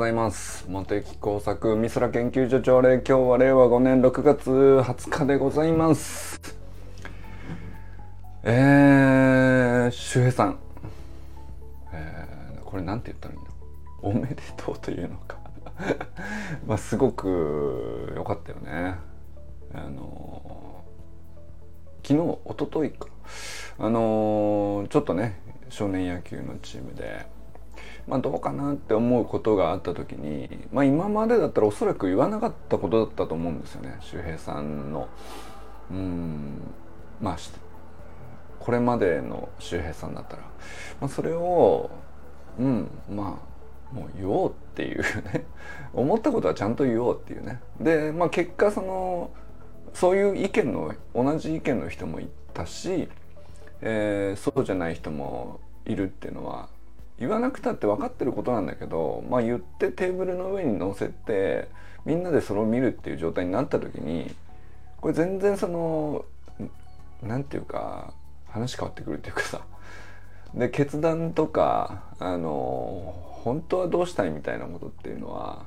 います。茂木工作美空研究所朝礼、今日は令和5年6月20日でございます。周平さん、これなんて言ったらいいんだ、おめでとうというのかすごく良かったよね。昨日一昨日かちょっとね、少年野球のチームでどうかなって思うことがあった時に、今までだったらおそらく言わなかったことだったと思うんですよね。周平さんのこれまでの周平さんだったら、それをもう言おうっていうね思ったことはちゃんと言おうっていうね。で結果そういう意見の同じ意見の人もいたし、そうじゃない人もいるっていうのは言わなくたって分かってることなんだけど、言ってテーブルの上に乗せてみんなでそれを見るっていう状態になった時に、これ全然なんていうか話変わってくるっていうかさ、で決断とか本当はどうしたいみたいなことっていうのは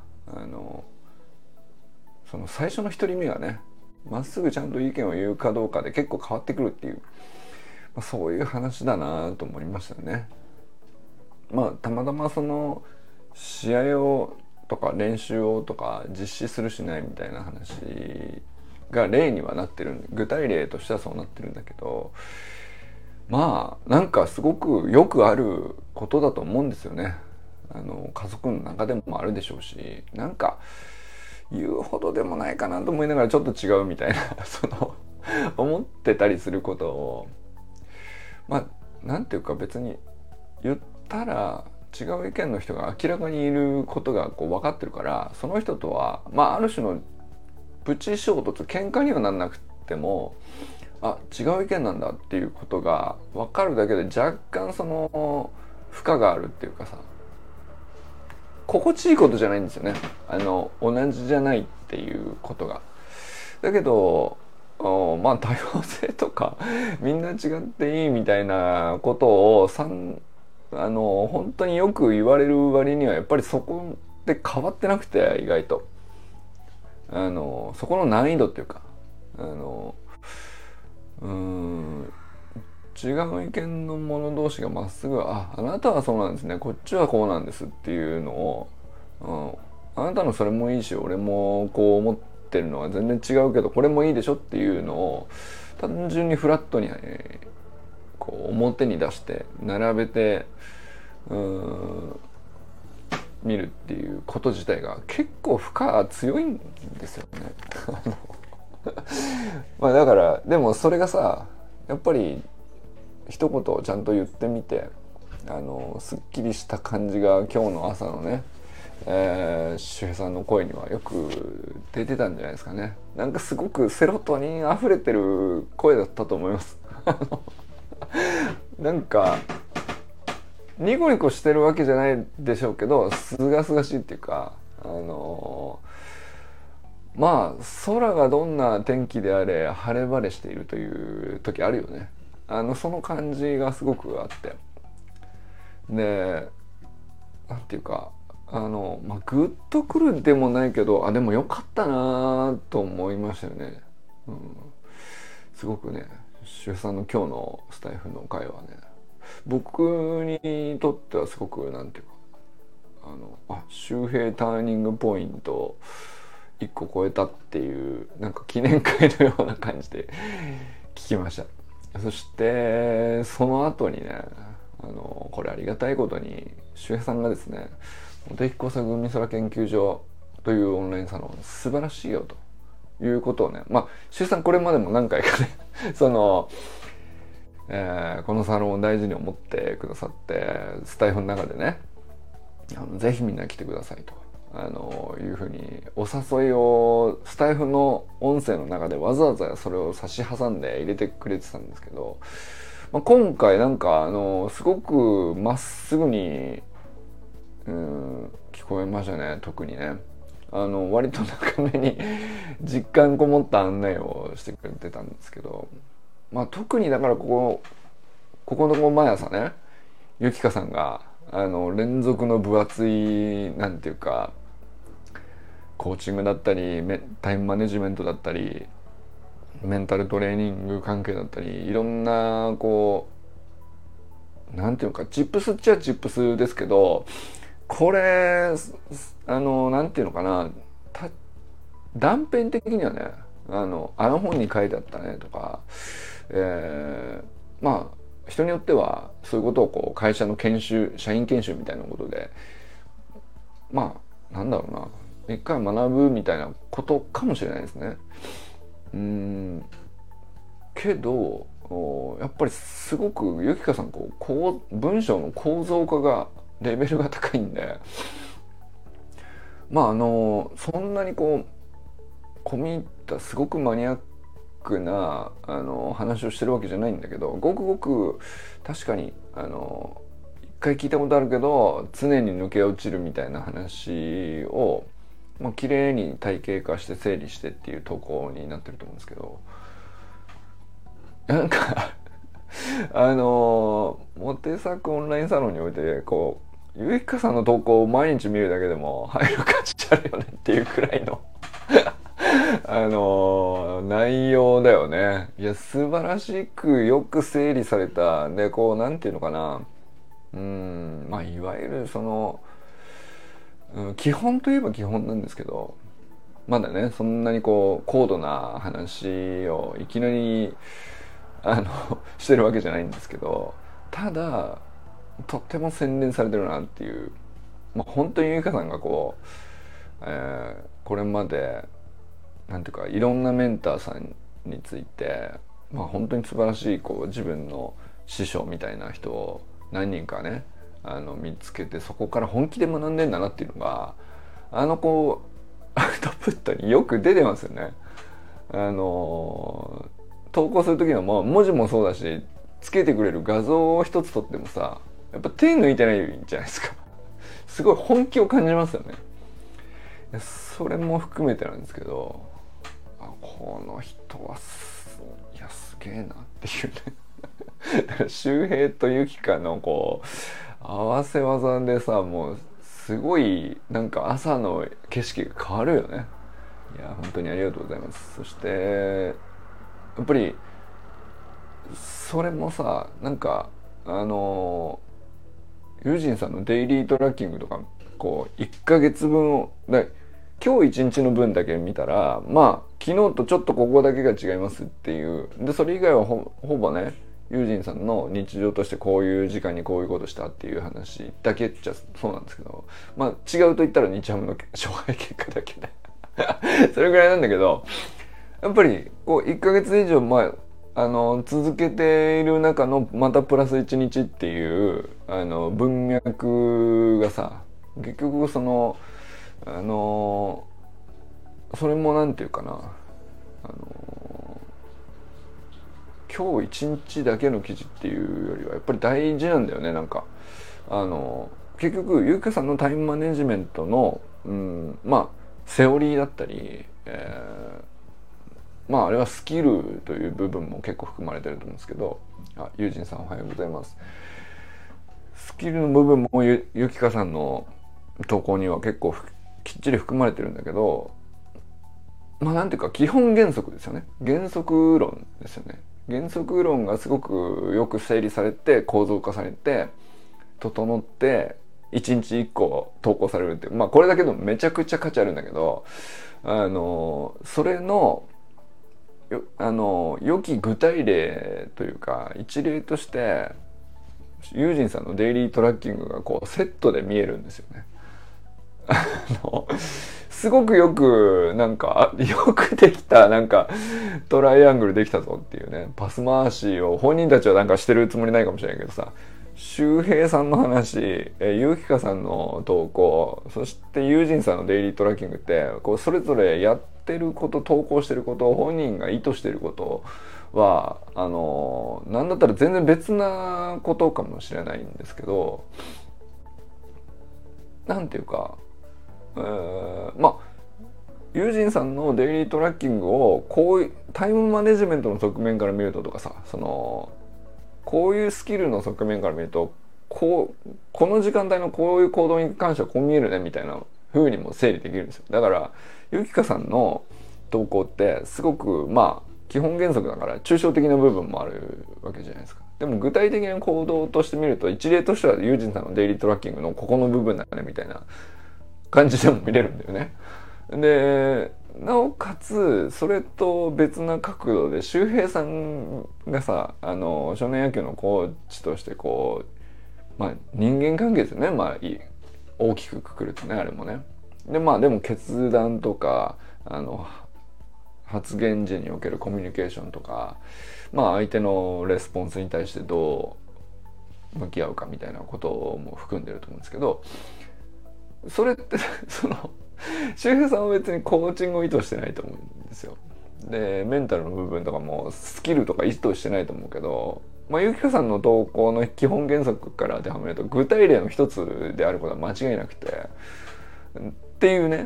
その最初の一人目がね、まっすぐちゃんと意見を言うかどうかで結構変わってくるっていう、そういう話だなと思いましたね。たまたま試合をとか練習をとか実施するしないみたいな話が例にはなってる、具体例としてはそうなってるんだけど、なんかすごくよくあることだと思うんですよね。家族の中でもあるでしょうし、なんか言うほどでもないかなと思いながらちょっと違うみたいな思ってたりすることをなんていうか、別に言ったら違う意見の人が明らかにいることが分かってるから、その人とはある種のプチ衝突、喧嘩にはなんなくても違う意見なんだっていうことが分かるだけで若干負荷があるっていうかさ、心地いいことじゃないんですよね。同じじゃないっていうことが。だけど多様性とかみんな違っていいみたいなことを本当によく言われる割にはやっぱりそこで変わってなくて、意外とそこの難易度っていうか違う意見の者同士がまっすぐあなたはそうなんですね、こっちはこうなんですっていうのを、あなたのそれもいいし俺もこう思ってるのは全然違うけどこれもいいでしょっていうのを単純にフラットに、表に出して並べて見るっていうこと自体が結構負荷強いんですよねだからでもそれがさ、やっぱり一言ちゃんと言ってみてすっきりした感じが今日の朝のね、周平さんの声にはよく出てたんじゃないですかね。なんかすごくセロトニン溢れてる声だったと思いますなんかニコニコしてるわけじゃないでしょうけど、すがすがしいっていうか空がどんな天気であれ晴れ晴れしているという時あるよね。その感じがすごくあって、でなんていうかグッとくるでもないけどでもよかったなと思いましたよね。すごくね、周平さんの今日のスタイフの会はね、僕にとってはすごくなんていうか周平ターニングポイント1個超えたっていうなんか記念会のような感じで聞きました。そしてその後にね、これありがたいことに周平さんがですね、茂木工作美空研究所というオンラインサロン素晴らしいよということをね、周平さんこれまでも何回かねこのサロンを大事に思ってくださって、スタイフの中でねぜひみんな来てくださいというふうにお誘いをスタイフの音声の中でわざわざそれを差し挟んで入れてくれてたんですけど、今回なんかすごくまっすぐに聞こえましたね。特にね割と長めに実感こもった案内をしてくれてたんですけど、特にだからここの毎朝ね、ゆきかさんが連続の分厚いなんていうかコーチングだったりタイムマネジメントだったりメンタルトレーニング関係だったりいろんなこうなんていうかチップスっちゃチップスですけど、これなんていうのかな、断片的にはねあの本に書いてあったねとか、まあ人によってはそういうことをこう会社の研修社員研修みたいなことでまあなんだろうな一回学ぶみたいなことかもしれないですね。けどやっぱりすごくゆきかさん文章の構造化がレベルが高いんで、まあそんなにこう込み入ったすごくマニアックな話をしてるわけじゃないんだけど、ごくごく確かに一回聞いたことあるけど常に抜け落ちるみたいな話を、まあ綺麗に体系化して整理してっていう投稿になってると思うんですけど、なんかモテ作オンラインサロンにおいてこうゆいかさんの投稿を毎日見るだけでも入る価値あるよねっていうくらいの内容だよね。いや素晴らしくよく整理されたで、こうなんていうのかな、まあいわゆるその、基本といえば基本なんですけど、まだねそんなにこう高度な話をいきなりしてるわけじゃないんですけど、ただとっても洗練されてるなっていう、まあ、本当にゆいかさんがこう、これまでなんていうかいろんなメンターさんについて、まあ、本当に素晴らしいこう自分の師匠みたいな人を何人かね見つけて、そこから本気で学んでんだなっていうのがこうアウトプットによく出てますよね。投稿する時のも文字もそうだし、つけてくれる画像を一つ撮ってもさ、やっぱ手抜いてないじゃないですか。すごい本気を感じますよね。それも含めてなんですけど、この人はいやすげえなっていうね。だから周平とゆきかのこう合わせ技でさ、もうすごいなんか朝の景色が変わるよね。いや本当にありがとうございます。そしてやっぱりそれもさ、なんかユージンさんのデイリートラッキングとかこう1ヶ月分を今日1日の分だけ見たら、まあ昨日とちょっとここだけが違いますっていう、でそれ以外はほぼねユージンさんの日常としてこういう時間にこういうことしたっていう話だけっちゃそうなんですけど、まあ違うと言ったら日ハムの勝敗結果だけでそれぐらいなんだけど、やっぱりこう1ヶ月以上続けている中のまたプラス1日っていう文脈がさ、結局そのそれもなんていうかな、今日一日だけの記事っていうよりはやっぱり大事なんだよね。なんか結局ゆうかさんのタイムマネジメントの、まあセオリーだったり、まああれはスキルという部分も結構含まれてると思うんですけど、ユージンさんおはようございます。スキルの部分もゆきかさんの投稿には結構きっちり含まれてるんだけど、まあなんていうか基本原則ですよね。原則論ですよね。原則論がすごくよく整理されて構造化されて整って1日1個投稿されるっていう、まあこれだけでもめちゃくちゃ価値あるんだけど、それの良き具体例というか一例としてユージンさんのデイリートラッキングがこうセットで見えるんですよね。すごくよくなんかよくできたなんかトライアングルできたぞっていうね、パス回しを本人たちはなんかしてるつもりないかもしれないけどさ、周平さんの話、ゆうきかさんの投稿、そしてユージンさんのデイリートラッキングってこうそれぞれやってること、投稿してること、本人が意図してることはなんだったら全然別なことかもしれないんですけど、なんていうかまあユージンさんのデイリートラッキングをこういうタイムマネジメントの側面から見るととかさ、こういうスキルの側面から見るとこの時間帯のこういう行動に関してはこう見えるねみたいな風にも整理できるんですよ。だからゆきかさんの投稿ってすごく基本原則だから抽象的な部分もあるわけじゃないですか。でも具体的な行動として見ると一例としてはユージンさんのデイリートラッキングのここの部分だねみたいな感じでも見れるんだよね。でなおかつそれと別な角度で周平さんがさ少年野球のコーチとして人間関係ですよね。大きくくくるとねあれもね。ででも決断とか発言時におけるコミュニケーションとか相手のレスポンスに対してどう向き合うかみたいなことも含んでると思うんですけど、それって周平さんは別にコーチングを意図してないと思うんですよ。でメンタルの部分とかもスキルとか意図してないと思うけど、ゆきかさんの投稿の基本原則から当てはめると具体例の一つであることは間違いなくてっていうね、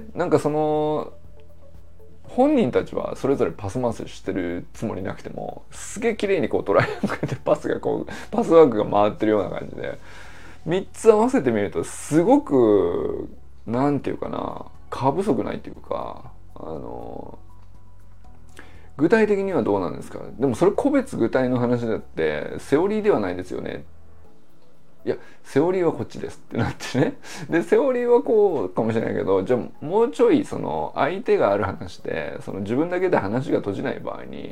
本人たちはそれぞれパス回ししてるつもりなくてもすげえ綺麗にトライアングルでパスワークが回ってるような感じで3つ合わせてみるとすごくなんていうかな、過不足ないっていうか具体的にはどうなんですか。でもそれ個別具体の話だってセオリーではないですよね。いやセオリーはこっちですってなってね。でセオリーはこうかもしれないけど、じゃあもうちょい相手がある話で自分だけで話が閉じない場合に、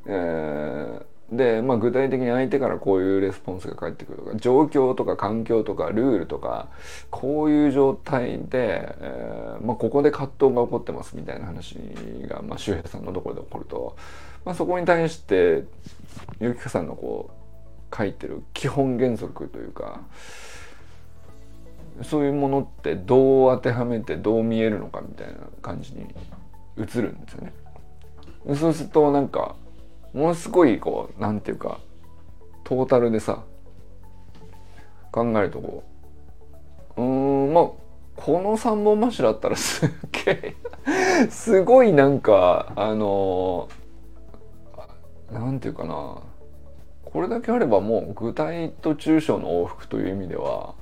で具体的に相手からこういうレスポンスが返ってくるとか状況とか環境とかルールとかこういう状態で、ここで葛藤が起こってますみたいな話が周平さんのところで起こると、そこに対してゆきかさんの書いてる基本原則というかそういうものってどう当てはめてどう見えるのかみたいな感じに映るんですよね。そうするとものすごいなんていうかトータルでさ考えるとこの三本柱だったらすっげえすごいなんていうかな、これだけあればもう具体と抽象の往復という意味では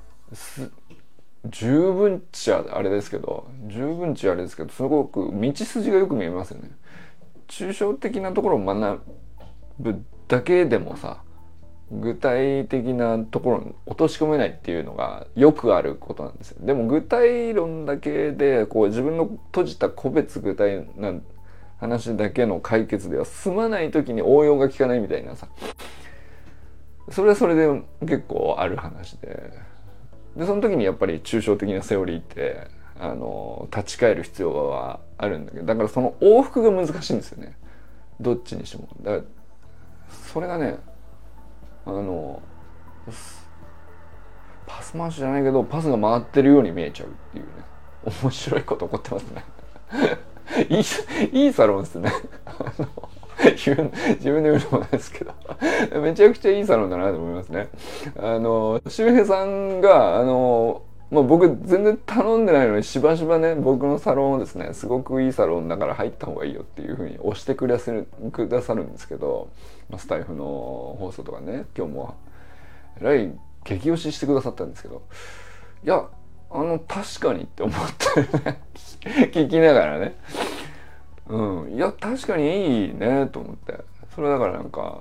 十分っちゃあれですけどすごく道筋がよく見えますよね。抽象的なところを学ぶだけでもさ具体的なところに落とし込めないっていうのがよくあることなんですよ。でも具体論だけで自分の閉じた個別具体な話だけの解決では済まない時に応用が効かないみたいなさ、それはそれで結構ある話でその時にやっぱり抽象的なセオリーって立ち返る必要はあるんだけど、だからその往復が難しいんですよね、どっちにしても。だからそれがねパス回しじゃないけどパスが回ってるように見えちゃうっていうね、面白いこと起こってますねいいサロンですね自分で言うのもないですけどめちゃくちゃいいサロンだなと思いますね。周平さんが僕全然頼んでないのにしばしばね僕のサロンをですねすごくいいサロンだから入った方がいいよっていう風に押してくださるんですけど、スタイフの放送とかね今日もえらい激推ししてくださったんですけど、いや確かにって思ってね聞きながらね、いや確かにいいねと思って、それだから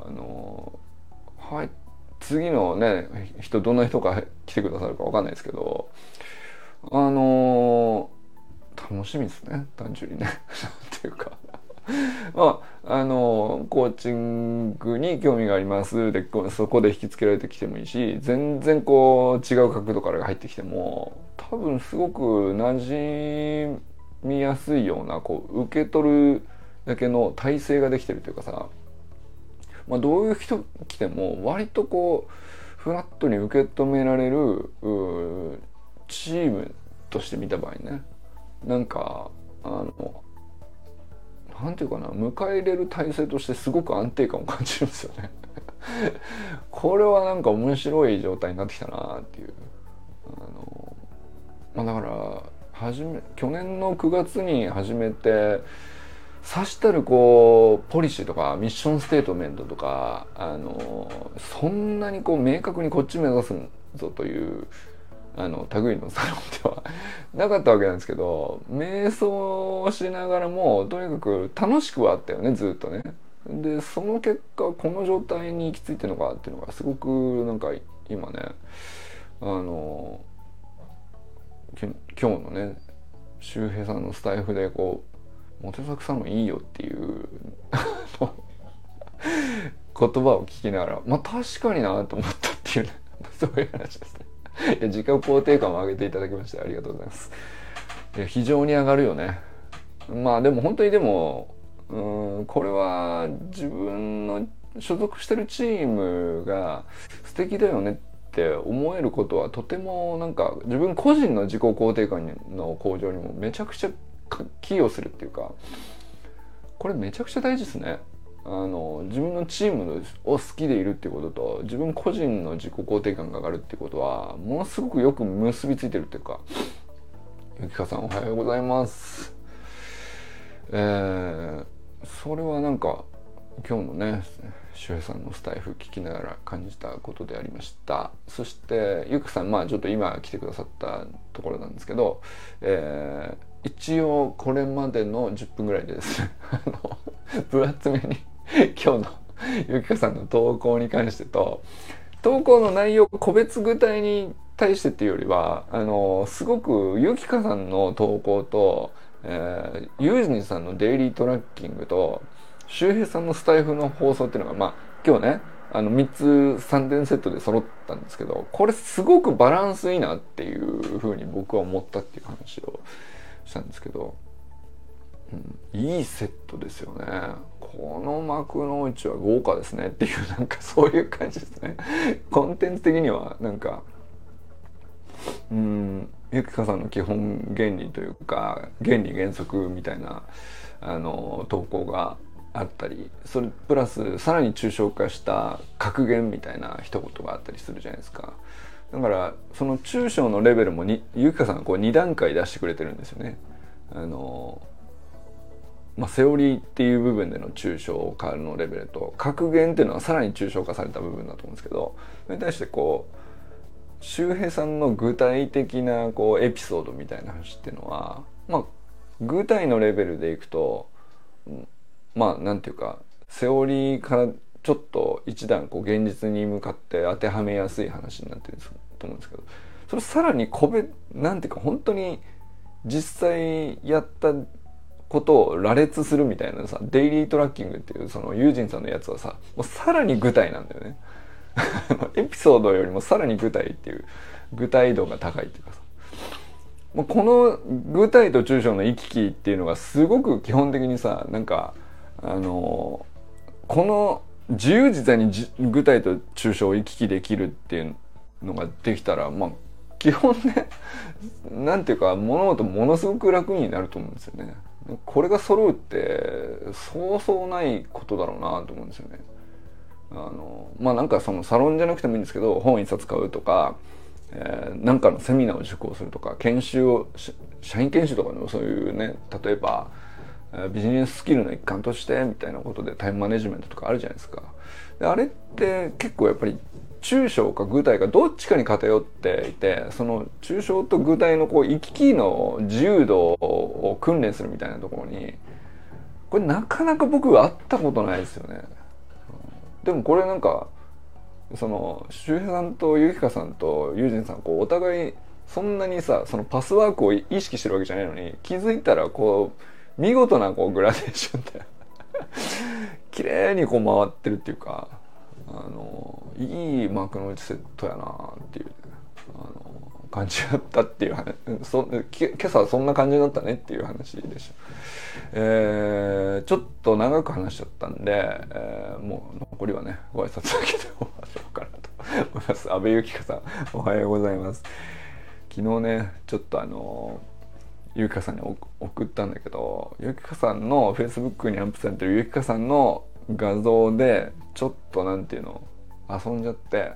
はい次のねどんな人が来てくださるかわかんないですけど楽しみですね単純にねっていうかコーチングに興味がありますでそこで引きつけられてきてもいいし、全然違う角度から入ってきても多分すごく馴染みやすいような受け取るだけの体制ができてるというかさ、どういう人来ても割とフラットに受け止められるチームとして見た場合ね、なんていうかな、迎え入れる体制としてすごく安定感を感じるんですよねこれは面白い状態になってきたなっていう。だから去年の9月に始めてさしたるこうポリシーとかミッションステートメントとかそんなにこう明確にこっち目指すぞという類のサロンではなかったわけなんですけど、瞑想をしながらもとにかく楽しくはあったよね、ずっとね。でその結果この状態に行き着いてるのかっていうのがすごくなんか今ね今日のね周平さんのスタイフでこうモテ作さんもいいよっていう言葉を聞きながらまあ確かになと思ったっていうねそういう話ですね。いや自己肯定感を上げていただきましてありがとうございます。いや非常に上がるよね。まあでも本当にでもこれは自分の所属してるチームが素敵だよねって思えることはとてもなんか自分個人の自己肯定感の向上にもめちゃくちゃ寄与するっていうか、これめちゃくちゃ大事ですね。自分のチームを好きでいるっていうことと自分個人の自己肯定感が上がるっていうことはものすごくよく結びついてるっていうか。ゆきかさんおはようございます。それはなんか今日のね周平さんのスタイフ聞きながら感じたことでありました。そしてゆきさんまあちょっと今来てくださったところなんですけど、一応これまでの10分ぐらいでですね分厚めに今日のゆきかさんの投稿に関してと投稿の内容個別具体に対してっていうよりはすごくゆきかさんの投稿と、ユージンさんのデイリートラッキングと周平さんのスタイフの放送っていうのがまあ今日ね3つ3点セットで揃ったんですけど、これすごくバランスいいなっていうふうに僕は思ったっていう話をしたんですけど、いいセットですよね。この幕の内は豪華ですねっていうなんかそういう感じですね。コンテンツ的にはなんかゆきかさんの基本原理というか原理原則みたいな投稿があったり、それプラスさらに抽象化した格言みたいな一言があったりするじゃないですか。だからその抽象のレベルもゆきかさんがこう2段階出してくれてるんですよね。セオリーっていう部分での抽象化のレベルと格言っていうのはさらに抽象化された部分だと思うんですけど、それに対してこう周平さんの具体的なこうエピソードみたいな話っていうのは具体のレベルでいくとなんていうかセオリーからちょっと一段こう現実に向かって当てはめやすい話になってると思うんですけど、それさらになんていうか本当に実際やったことを羅列するみたいなさ、デイリートラッキングっていうそのユージンさんのやつはさもうさらに具体なんだよねエピソードよりもさらに具体っていう具体度が高いっていうかさ、もうこの具体と抽象の行き来っていうのがすごく基本的にさなんかこの自由自在に具体と抽象を行き来できるっていうのができたら基本ねなんていうか物事ものすごく楽になると思うんですよね。これが揃うってそうそうないことだろうなと思うんですよね。なんかそのサロンじゃなくてもいいんですけど本一冊買うとか、なんかのセミナーを受講するとか研修を社員研修とかでもそういうね、例えばビジネススキルの一環としてみたいなことでタイムマネジメントとかあるじゃないですか。であれって結構やっぱり抽象か具体かどっちかに偏っていて、その抽象と具体のこう行き来の自由度を訓練するみたいなところにこれなかなか僕は会ったことないですよね。でもこれなんかその周平さんとゆきかさんとユージンさんこうお互いそんなにさそのパスワークを意識してるわけじゃないのに気づいたらこう見事なこうグラデーションで綺麗にこう回ってるっていうかいい幕の内セットやなっていう感じだったっていう話、今朝はそんな感じだったねっていう話でした。ちょっと長く話しちゃったんで、もう残りはねご挨拶だけで終わろうかなと思います。安部ゆきかさんおはようございます。昨日ねちょっとゆきかさんに送ったんだけど、ゆきかさんの Facebook にアップされてるゆきかさんの画像でちょっとなんていうの遊んじゃって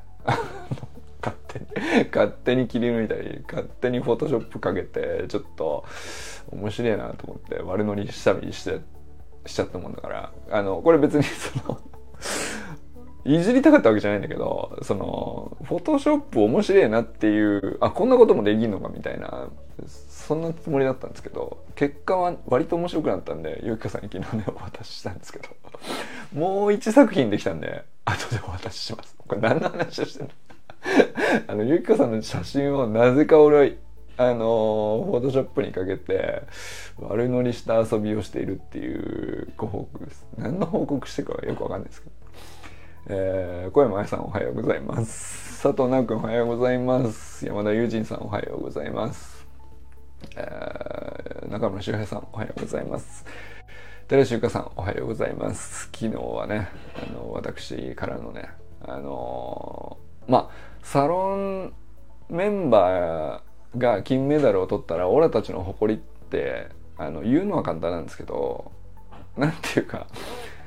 勝手に切り抜いたり勝手にフォトショップかけてちょっと面白いなと思って悪乗りしたりしてしちゃったもんだから、これ別にいじりたかったわけじゃないんだけど、フォトショップ面白いなっていう、こんなこともできるのかみたいな、そんなつもりだったんですけど、結果は割と面白くなったんで、ゆきかさんに昨日ねお渡ししたんですけど、もう1作品できたんで後でお渡しします。これ何の話をしてるのゆきかさんの写真をなぜか俺はフォトショップにかけて悪乗りした遊びをしているっていうご報告です。何の報告してるかはよくわかんないですけど、小山愛さんおはようございます。佐藤直君おはようございます。山田友人さんおはようございます。中村修平さんおはようございます。寺修香さんおはようございます。昨日はね私からのねサロンメンバーが金メダルを取ったらオラたちの誇りって言うのは簡単なんですけど、なんていうか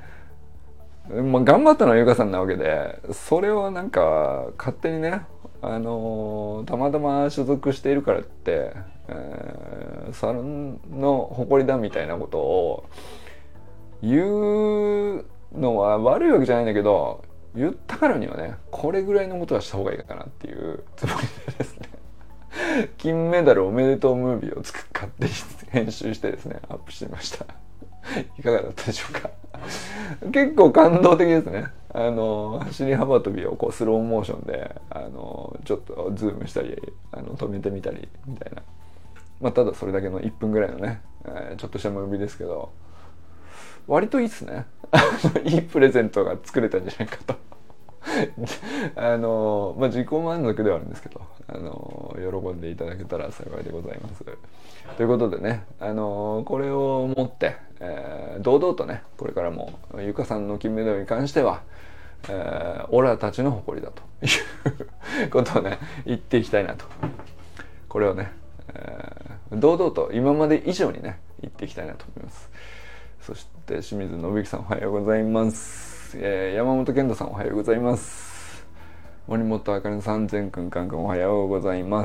頑張ったのはゆかさんなわけで、それをなんか勝手にねたまたま所属しているからって、サロンの誇りだみたいなことを言うのは悪いわけじゃないんだけど、言ったからにはねこれぐらいのことはした方がいいかなっていうつもりでですね金メダルおめでとうムービーを勝手に編集してですねアップしてみました。いかがだったでしょうか。結構感動的ですね。走り幅跳びをこうスローモーションでちょっとズームしたり止めてみたりみたいな、ただそれだけの1分ぐらいのね、ちょっとしたムービーですけど、割といいっすね。いいプレゼントが作れたんじゃないかと自己満足ではあるんですけど、喜んでいただけたら幸いでございます。ということでね、これをもって、堂々とねこれからもゆかさんの金メダルに関しては、オラたちの誇りだということをね言っていきたいなと、これをね、堂々と今まで以上にね言っていきたいなと思います。そして清水信之さんおはようございます。山本健太さんおはようございます。森本あかねさん、善くんかんくんおはようございます。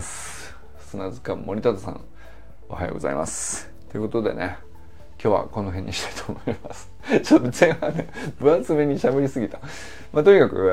砂塚森田さんおはようございます。ということでね今日はこの辺にしたいと思います。ちょっと前半ね分厚めに喋りすぎた。とにかく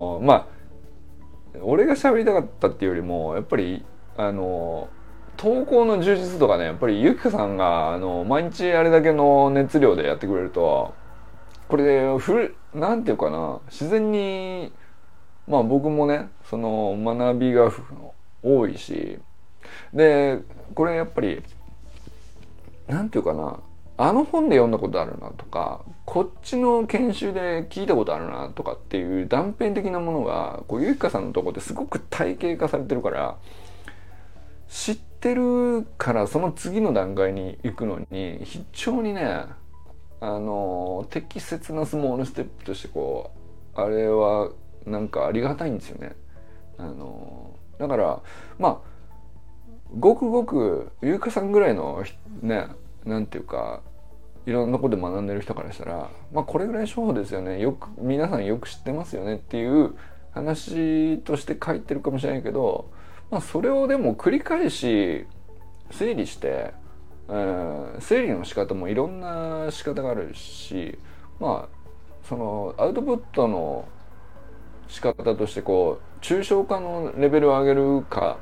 俺が喋りたかったっていうよりもやっぱり投稿の充実とかね、やっぱりゆきかさんが毎日あれだけの熱量でやってくれると、これでなんていうかな、自然に僕もねその学びが多いし、でこれやっぱりなんていうかな、本で読んだことあるなとか、こっちの研修で聞いたことあるなとかっていう断片的なものがゆきかさんのところですごく体系化されてるから、知ってるからその次の段階に行くのに非常にね適切なスモールステップとしてあれはなんかありがたいんですよね。だからごくごくゆうかさんぐらいのね、なんていうかいろんなことで学んでる人からしたらこれぐらい処方ですよね、皆さんよく知ってますよねっていう話として書いてるかもしれないけど、それをでも繰り返し整理して、整理の仕方もいろんな仕方があるし、そのアウトプットの仕方として抽象化のレベルを上げるか、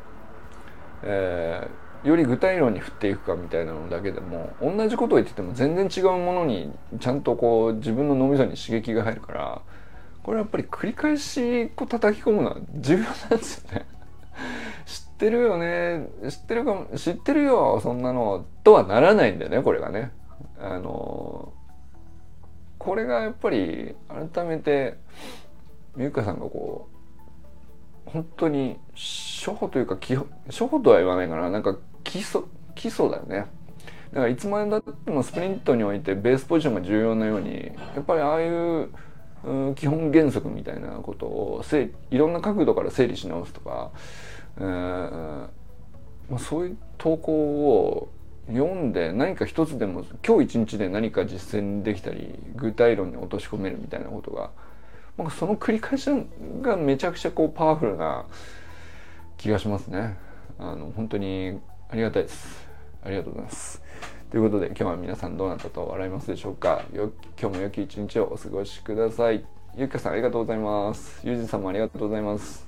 より具体論に振っていくかみたいなのだけでも同じことを言ってても全然違うものにちゃんと自分の脳みそに刺激が入るから、これはやっぱり繰り返し叩き込むのは重要なんですよね。知ってるよね、知ってるよそんなのとはならないんだよね、これがね。これがやっぱり改めてゆかさんが本当に初歩というか初歩とは言わないかな、なんか基礎だよね。だからいつまでだってもスプリントにおいてベースポジションが重要なように、やっぱりああいう基本原則みたいなことをいろんな角度から整理し直すとか、そういう投稿を読んで何か一つでも今日一日で何か実践できたり具体論に落とし込めるみたいなことが、その繰り返しがめちゃくちゃパワフルな気がしますね。本当にありがたいです。ありがとうございます。 ということで今日は皆さんどうなったと笑いますでしょうか。今日も良き一日をお過ごしください。ゆうかさんありがとうございます。ゆうじさんもありがとうございます。